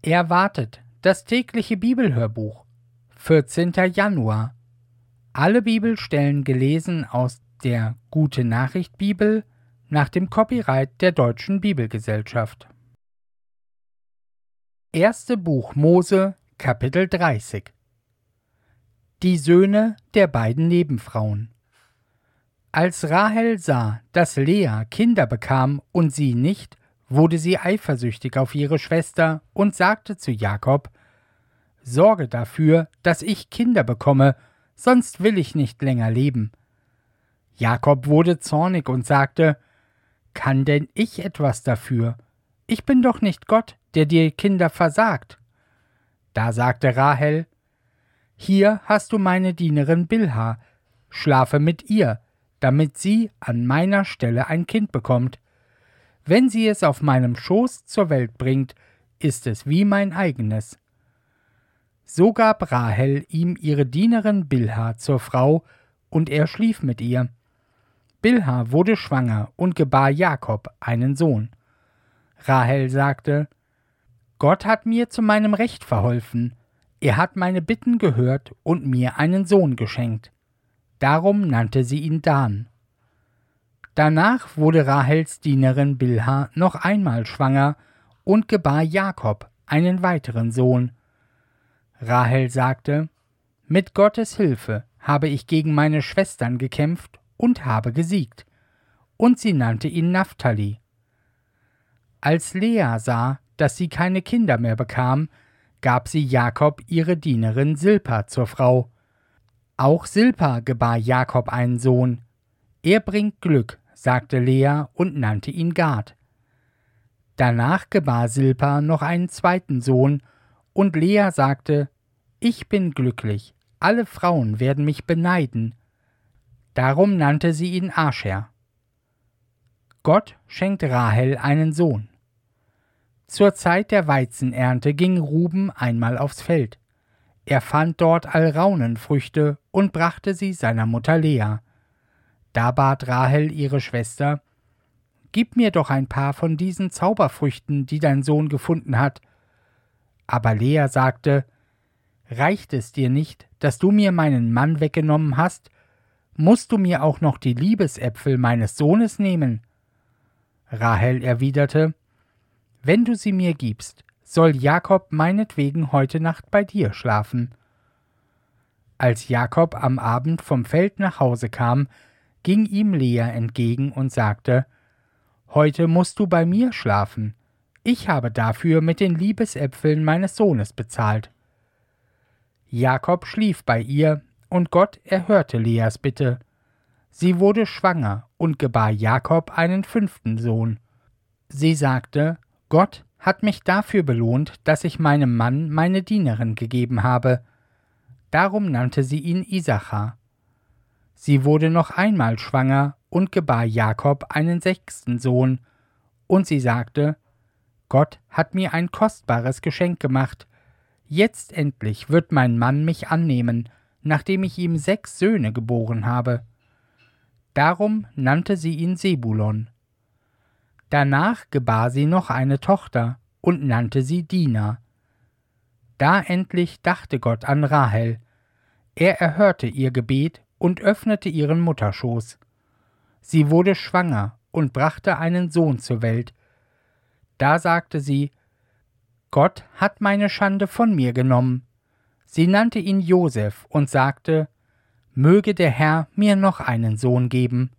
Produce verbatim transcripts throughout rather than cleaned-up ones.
Erwartet das tägliche Bibelhörbuch. vierzehnter Januar. Alle Bibelstellen gelesen aus der Gute-Nachricht-Bibel nach dem Copyright der Deutschen Bibelgesellschaft. Erste Buch Mose, Kapitel dreißig. Die Söhne der beiden Nebenfrauen. Als Rahel sah, dass Lea Kinder bekam und sie nicht, wurde sie eifersüchtig auf ihre Schwester und sagte zu Jakob: »Sorge dafür, dass ich Kinder bekomme, sonst will ich nicht länger leben.« Jakob wurde zornig und sagte: »Kann denn ich etwas dafür? Ich bin doch nicht Gott, der dir Kinder versagt.« Da sagte Rahel: »Hier hast du meine Dienerin Bilha, schlafe mit ihr, damit sie an meiner Stelle ein Kind bekommt. Wenn sie es auf meinem Schoß zur Welt bringt, ist es wie mein eigenes.« So gab Rahel ihm ihre Dienerin Bilha zur Frau, und er schlief mit ihr. Bilha wurde schwanger und gebar Jakob einen Sohn. Rahel sagte: »Gott hat mir zu meinem Recht verholfen. Er hat meine Bitten gehört und mir einen Sohn geschenkt.« Darum nannte sie ihn Dan. Danach wurde Rahels Dienerin Bilha noch einmal schwanger und gebar Jakob einen weiteren Sohn. Rahel sagte: »Mit Gottes Hilfe habe ich gegen meine Schwestern gekämpft und habe gesiegt.« Und sie nannte ihn Naphtali. Als Lea sah, dass sie keine Kinder mehr bekam, gab sie Jakob ihre Dienerin Silpa zur Frau. Auch Silpa gebar Jakob einen Sohn. »Er bringt Glück«, sagte Lea und nannte ihn Gad. Danach gebar Silpa noch einen zweiten Sohn, und Lea sagte: »Ich bin glücklich, alle Frauen werden mich beneiden.« Darum nannte sie ihn Ascher. Gott schenkt Rahel einen Sohn. Zur Zeit der Weizenernte ging Ruben einmal aufs Feld. Er fand dort Alraunenfrüchte und brachte sie seiner Mutter Lea. Da bat Rahel ihre Schwester: »Gib mir doch ein paar von diesen Zauberfrüchten, die dein Sohn gefunden hat.« Aber Lea sagte: »Reicht es dir nicht, dass du mir meinen Mann weggenommen hast? Musst du mir auch noch die Liebesäpfel meines Sohnes nehmen?« Rahel erwiderte: »Wenn du sie mir gibst, soll Jakob meinetwegen heute Nacht bei dir schlafen.« Als Jakob am Abend vom Feld nach Hause kam, ging ihm Lea entgegen und sagte: »Heute musst du bei mir schlafen. Ich habe dafür mit den Liebesäpfeln meines Sohnes bezahlt.« Jakob schlief bei ihr, und Gott erhörte Leas Bitte. Sie wurde schwanger und gebar Jakob einen fünften Sohn. Sie sagte: »Gott hat mich dafür belohnt, dass ich meinem Mann meine Dienerin gegeben habe.« Darum nannte sie ihn Isachar. Sie wurde noch einmal schwanger und gebar Jakob einen sechsten Sohn. Und sie sagte: »Gott hat mir ein kostbares Geschenk gemacht. Jetzt endlich wird mein Mann mich annehmen, nachdem ich ihm sechs Söhne geboren habe.« Darum nannte sie ihn Sebulon. Danach gebar sie noch eine Tochter und nannte sie Dina. Da endlich dachte Gott an Rahel. Er erhörte ihr Gebet und öffnete ihren Mutterschoß. Sie wurde schwanger und brachte einen Sohn zur Welt. Da sagte sie: »Gott hat meine Schande von mir genommen.« Sie nannte ihn Josef und sagte: »Möge der Herr mir noch einen Sohn geben.«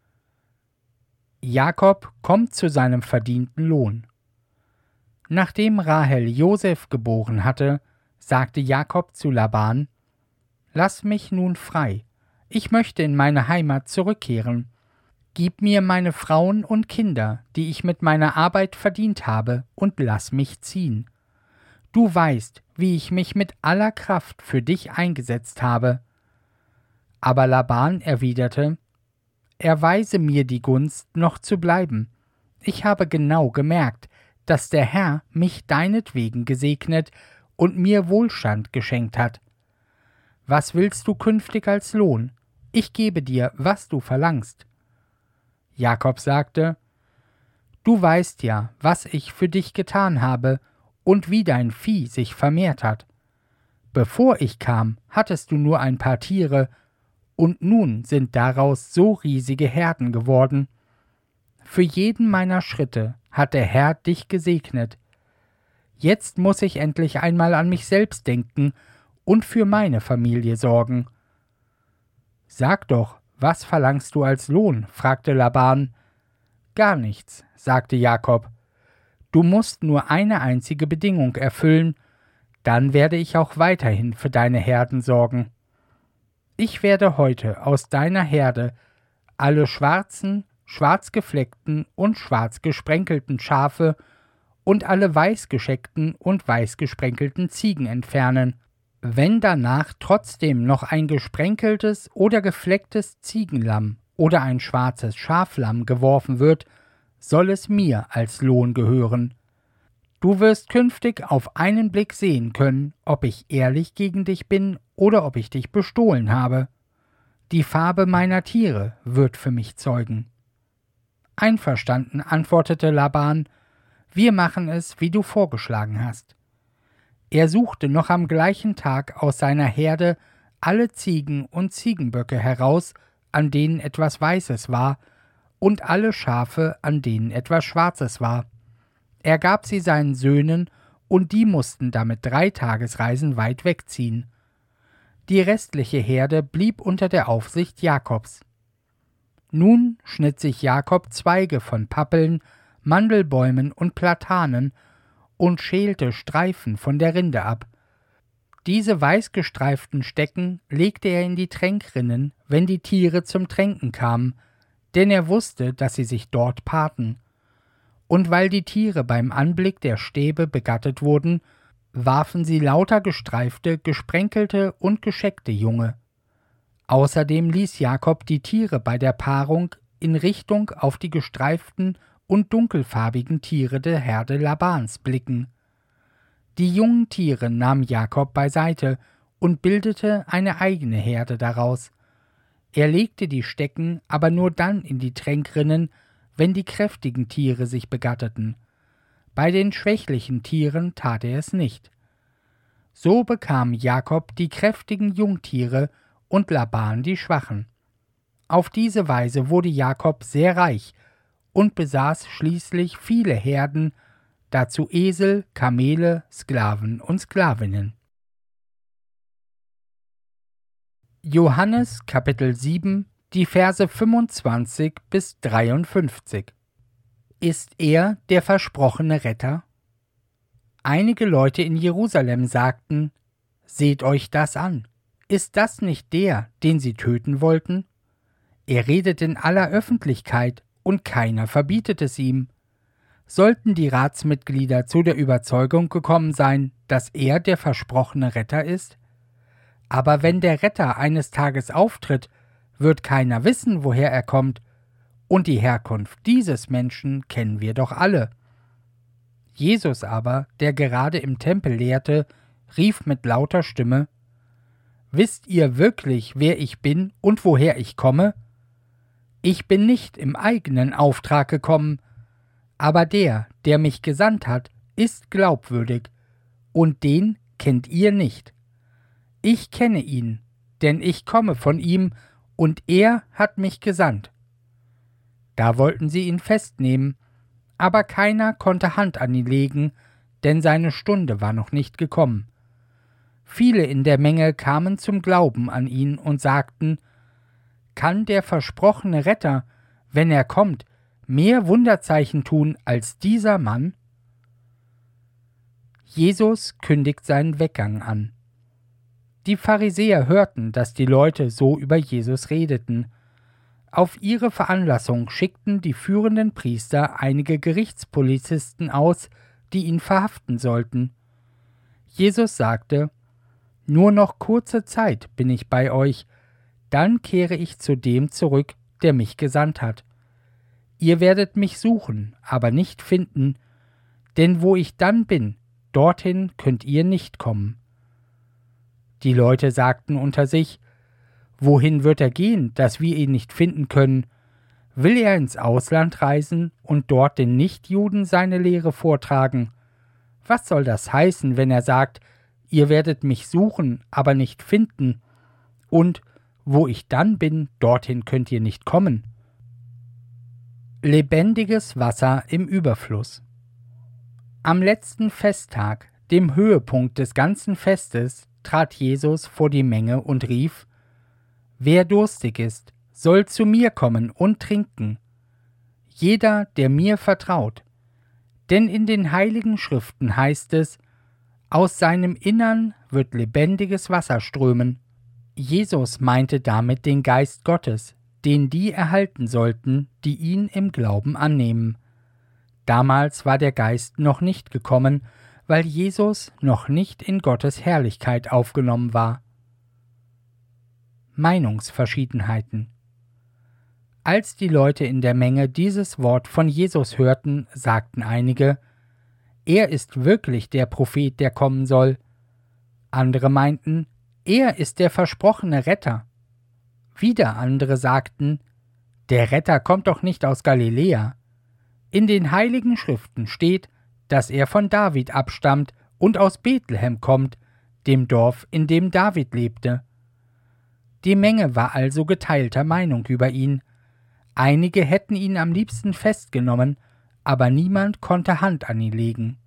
Jakob kommt zu seinem verdienten Lohn. Nachdem Rahel Josef geboren hatte, sagte Jakob zu Laban: »Lass mich nun frei. Ich möchte in meine Heimat zurückkehren. Gib mir meine Frauen und Kinder, die ich mit meiner Arbeit verdient habe, und lass mich ziehen. Du weißt, wie ich mich mit aller Kraft für dich eingesetzt habe.« Aber Laban erwiderte: »Erweise mir die Gunst, noch zu bleiben. Ich habe genau gemerkt, dass der Herr mich deinetwegen gesegnet und mir Wohlstand geschenkt hat. Was willst du künftig als Lohn? Ich gebe dir, was du verlangst.« Jakob sagte: »Du weißt ja, was ich für dich getan habe, und wie dein Vieh sich vermehrt hat. Bevor ich kam, hattest du nur ein paar Tiere, und nun sind daraus so riesige Herden geworden. Für jeden meiner Schritte hat der Herr dich gesegnet. Jetzt muss ich endlich einmal an mich selbst denken und für meine Familie sorgen. Sag doch, was verlangst du als Lohn? Fragte Laban. Gar nichts, sagte Jakob. Du musst nur eine einzige Bedingung erfüllen, dann werde ich auch weiterhin für deine Herden sorgen. Ich werde heute aus deiner Herde alle schwarzen, schwarzgefleckten und schwarzgesprenkelten Schafe und alle weißgescheckten und weißgesprenkelten Ziegen entfernen. Wenn danach trotzdem noch ein gesprenkeltes oder geflecktes Ziegenlamm oder ein schwarzes Schaflamm geworfen wird, soll es mir als Lohn gehören. Du wirst künftig auf einen Blick sehen können, ob ich ehrlich gegen dich bin oder ob ich dich bestohlen habe. Die Farbe meiner Tiere wird für mich zeugen. Einverstanden, antwortete Laban, wir machen es, wie du vorgeschlagen hast. Er suchte noch am gleichen Tag aus seiner Herde alle Ziegen und Ziegenböcke heraus, an denen etwas Weißes war, und alle Schafe, an denen etwas Schwarzes war. Er gab sie seinen Söhnen, und die mussten damit drei Tagesreisen weit wegziehen. Die restliche Herde blieb unter der Aufsicht Jakobs. Nun schnitt sich Jakob Zweige von Pappeln, Mandelbäumen und Platanen und schälte Streifen von der Rinde ab. Diese weißgestreiften Stecken legte er in die Tränkrinnen, wenn die Tiere zum Tränken kamen, denn er wusste, dass sie sich dort paarten. Und weil die Tiere beim Anblick der Stäbe begattet wurden, warfen sie lauter gestreifte, gesprenkelte und gescheckte Junge. Außerdem ließ Jakob die Tiere bei der Paarung in Richtung auf die gestreiften und dunkelfarbigen Tiere der Herde Labans blicken. Die jungen Tiere nahm Jakob beiseite und bildete eine eigene Herde daraus. Er legte die Stecken aber nur dann in die Tränkrinnen, wenn die kräftigen Tiere sich begatteten. Bei den schwächlichen Tieren tat er es nicht. So bekam Jakob die kräftigen Jungtiere und Laban die schwachen. Auf diese Weise wurde Jakob sehr reich und besaß schließlich viele Herden, dazu Esel, Kamele, Sklaven und Sklavinnen. Johannes Kapitel sieben, die Verse fünfundzwanzig bis dreiundfünfzig. Ist er der versprochene Retter? Einige Leute in Jerusalem sagten, seht euch das an. Ist das nicht der, den sie töten wollten? Er redet in aller Öffentlichkeit und keiner verbietet es ihm. Sollten die Ratsmitglieder zu der Überzeugung gekommen sein, dass er der versprochene Retter ist? Aber wenn der Retter eines Tages auftritt, wird keiner wissen, woher er kommt, und die Herkunft dieses Menschen kennen wir doch alle. Jesus aber, der gerade im Tempel lehrte, rief mit lauter Stimme, »Wisst ihr wirklich, wer ich bin und woher ich komme? Ich bin nicht im eigenen Auftrag gekommen, aber der, der mich gesandt hat, ist glaubwürdig, und den kennt ihr nicht. Ich kenne ihn, denn ich komme von ihm, und er hat mich gesandt.« Da wollten sie ihn festnehmen, aber keiner konnte Hand an ihn legen, denn seine Stunde war noch nicht gekommen. Viele in der Menge kamen zum Glauben an ihn und sagten, kann der versprochene Retter, wenn er kommt, mehr Wunderzeichen tun als dieser Mann? Jesus kündigt seinen Weggang an. Die Pharisäer hörten, dass die Leute so über Jesus redeten. Auf ihre Veranlassung schickten die führenden Priester einige Gerichtspolizisten aus, die ihn verhaften sollten. Jesus sagte, »Nur noch kurze Zeit bin ich bei euch, dann kehre ich zu dem zurück, der mich gesandt hat. Ihr werdet mich suchen, aber nicht finden, denn wo ich dann bin, dorthin könnt ihr nicht kommen.« Die Leute sagten unter sich, »Wohin wird er gehen, dass wir ihn nicht finden können? Will er ins Ausland reisen und dort den Nichtjuden seine Lehre vortragen? Was soll das heißen, wenn er sagt, ihr werdet mich suchen, aber nicht finden, und wo ich dann bin, dorthin könnt ihr nicht kommen? Lebendiges Wasser im Überfluss. Am letzten Festtag, dem Höhepunkt des ganzen Festes, trat Jesus vor die Menge und rief: Wer durstig ist, soll zu mir kommen und trinken. Jeder, der mir vertraut. Denn in den heiligen Schriften heißt es: Aus seinem Innern wird lebendiges Wasser strömen. Jesus meinte damit den Geist Gottes, den die erhalten sollten, die ihn im Glauben annehmen. Damals war der Geist noch nicht gekommen, weil Jesus noch nicht in Gottes Herrlichkeit aufgenommen war. Meinungsverschiedenheiten. Als die Leute in der Menge dieses Wort von Jesus hörten, sagten einige: Er ist wirklich der Prophet, der kommen soll. Andere meinten: Er ist der versprochene Retter. Wieder andere sagten: Der Retter kommt doch nicht aus Galiläa. In den heiligen Schriften steht, dass er von David abstammt und aus Bethlehem kommt, dem Dorf, in dem David lebte. Die Menge war also geteilter Meinung über ihn. Einige hätten ihn am liebsten festgenommen, aber niemand konnte Hand an ihn legen.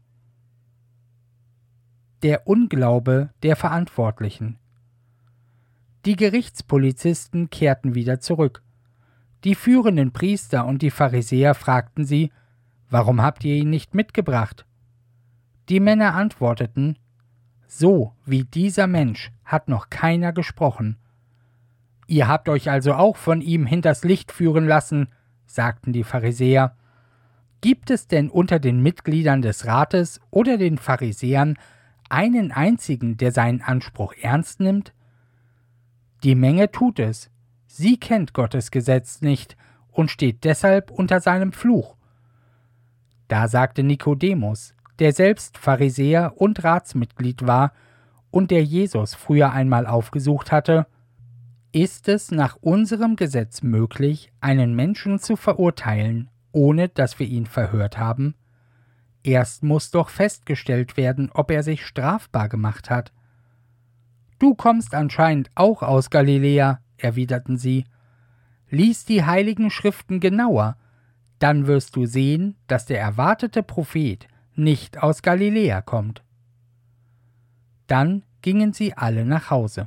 Der Unglaube der Verantwortlichen. Die Gerichtspolizisten kehrten wieder zurück. Die führenden Priester und die Pharisäer fragten sie: Warum habt ihr ihn nicht mitgebracht? Die Männer antworteten: So wie dieser Mensch hat noch keiner gesprochen. Ihr habt euch also auch von ihm hinters Licht führen lassen, sagten die Pharisäer. Gibt es denn unter den Mitgliedern des Rates oder den Pharisäern einen einzigen, der seinen Anspruch ernst nimmt? Die Menge tut es. Sie kennt Gottes Gesetz nicht und steht deshalb unter seinem Fluch. Da sagte Nikodemus, der selbst Pharisäer und Ratsmitglied war und der Jesus früher einmal aufgesucht hatte: Ist es nach unserem Gesetz möglich, einen Menschen zu verurteilen, ohne dass wir ihn verhört haben? Erst muss doch festgestellt werden, ob er sich strafbar gemacht hat. Du kommst anscheinend auch aus Galiläa, erwiderten sie. Lies die heiligen Schriften genauer, dann wirst du sehen, dass der erwartete Prophet nicht aus Galiläa kommt. Dann gingen sie alle nach Hause.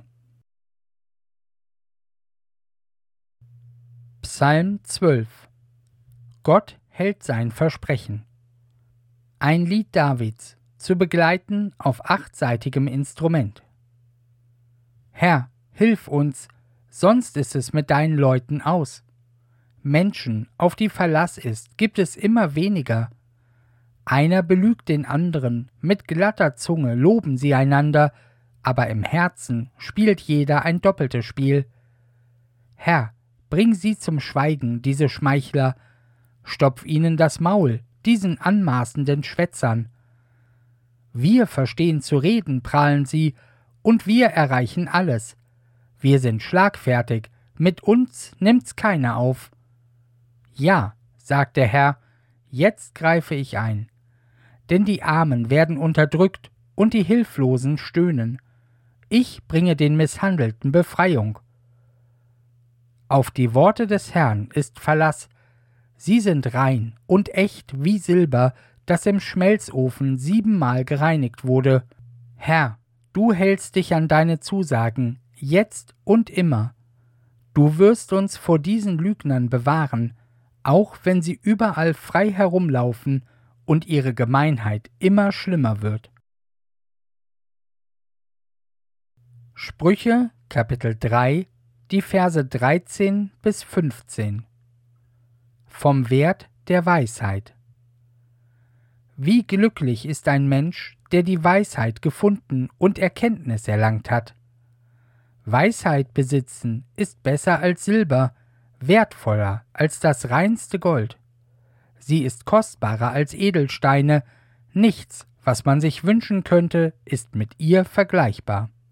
Psalm zwölf. Gott hält sein Versprechen. Ein Lied Davids, zu begleiten auf achtseitigem Instrument. Herr, hilf uns, sonst ist es mit deinen Leuten aus. Menschen, auf die Verlass ist, gibt es immer weniger. Einer belügt den anderen, mit glatter Zunge loben sie einander, aber im Herzen spielt jeder ein doppeltes Spiel. Herr, bring sie zum Schweigen, diese Schmeichler, stopf ihnen das Maul, diesen anmaßenden Schwätzern. Wir verstehen zu reden, prahlen sie, und wir erreichen alles. Wir sind schlagfertig, mit uns nimmt's keiner auf. Ja, sagt der Herr, jetzt greife ich ein. Denn die Armen werden unterdrückt und die Hilflosen stöhnen. Ich bringe den Misshandelten Befreiung. Auf die Worte des Herrn ist Verlass. Sie sind rein und echt wie Silber, das im Schmelzofen siebenmal gereinigt wurde. Herr, du hältst dich an deine Zusagen, jetzt und immer. Du wirst uns vor diesen Lügnern bewahren, auch wenn sie überall frei herumlaufen und ihre Gemeinheit immer schlimmer wird. Sprüche, Kapitel drei, die Verse dreizehn bis fünfzehn. Vom Wert der Weisheit. Wie glücklich ist ein Mensch, der die Weisheit gefunden und Erkenntnis erlangt hat. Weisheit besitzen ist besser als Silber, wertvoller als das reinste Gold. Sie ist kostbarer als Edelsteine, nichts, was man sich wünschen könnte, ist mit ihr vergleichbar.